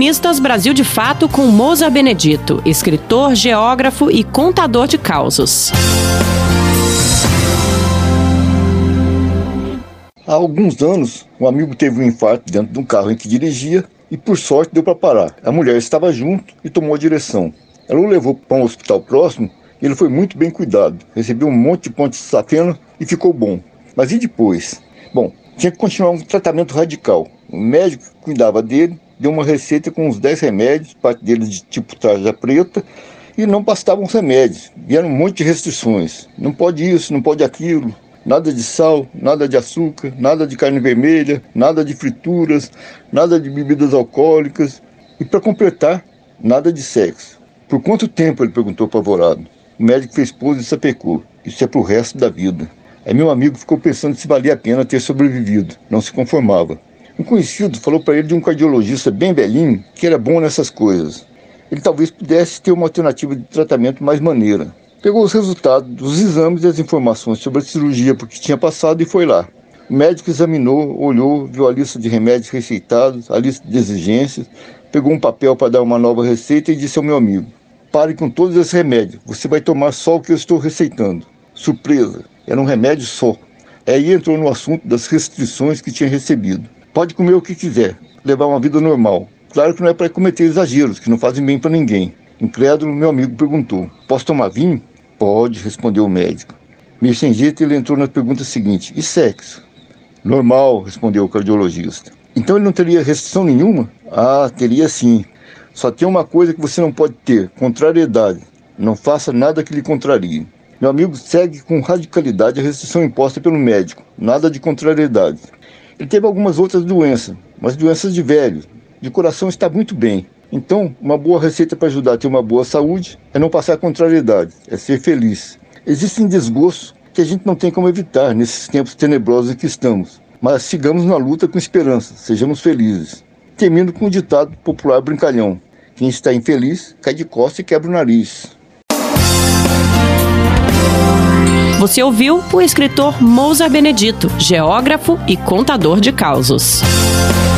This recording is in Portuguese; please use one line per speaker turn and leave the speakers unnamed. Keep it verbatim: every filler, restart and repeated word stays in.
Colunistas Brasil de Fato com Mozart Benedito, escritor, geógrafo e contador de causos.
Há alguns anos, um amigo teve um infarto dentro de um carro em que dirigia e, por sorte, deu para parar. A mulher estava junto e tomou a direção. Ela o levou para um hospital próximo e ele foi muito bem cuidado. Recebeu um monte de pontos de safena e ficou bom. Mas e depois? Bom, tinha que continuar um tratamento radical. O médico que cuidava dele deu uma receita com uns dez remédios, parte deles de tipo tarja preta, e não bastavam os remédios. Vieram um monte de restrições. Não pode isso, não pode aquilo. Nada de sal, nada de açúcar, nada de carne vermelha, nada de frituras, nada de bebidas alcoólicas. E para completar, nada de sexo. Por quanto tempo? Ele perguntou apavorado. O médico fez pose e sapecou. Isso é para o resto da vida. Aí meu amigo ficou pensando se valia a pena ter sobrevivido. Não se conformava. Um conhecido falou para ele de um cardiologista bem velhinho que era bom nessas coisas. Ele talvez pudesse ter uma alternativa de tratamento mais maneira. Pegou os resultados dos exames e as informações sobre a cirurgia por que tinha passado e foi lá. O médico examinou, olhou, viu a lista de remédios receitados, a lista de exigências, pegou um papel para dar uma nova receita e disse ao meu amigo: pare com todos esses remédios, você vai tomar só o que eu estou receitando. Surpresa, era um remédio só. Aí entrou no assunto das restrições que tinha recebido. Pode comer o que quiser, levar uma vida normal. Claro que não é para cometer exageros, que não fazem bem para ninguém. Incrédulo, meu amigo perguntou: posso tomar vinho? Pode, respondeu o médico. Meio sem jeito, ele entrou na pergunta seguinte: e sexo? Normal, respondeu o cardiologista. Então ele não teria restrição nenhuma? Ah, teria sim. Só tem uma coisa que você não pode ter: contrariedade. Não faça nada que lhe contrarie. Meu amigo segue com radicalidade a restrição imposta pelo médico. Nada de contrariedade. Ele teve algumas outras doenças, mas doenças de velho. De coração está muito bem. Então, uma boa receita para ajudar a ter uma boa saúde é não passar contrariedade, é ser feliz. Existem desgostos que a gente não tem como evitar nesses tempos tenebrosos em que estamos, mas sigamos na luta com esperança, sejamos felizes. Termino com o ditado popular brincalhão: quem está infeliz cai de costas e quebra o nariz.
Você ouviu o escritor Mozart Benedito, geógrafo e contador de causos.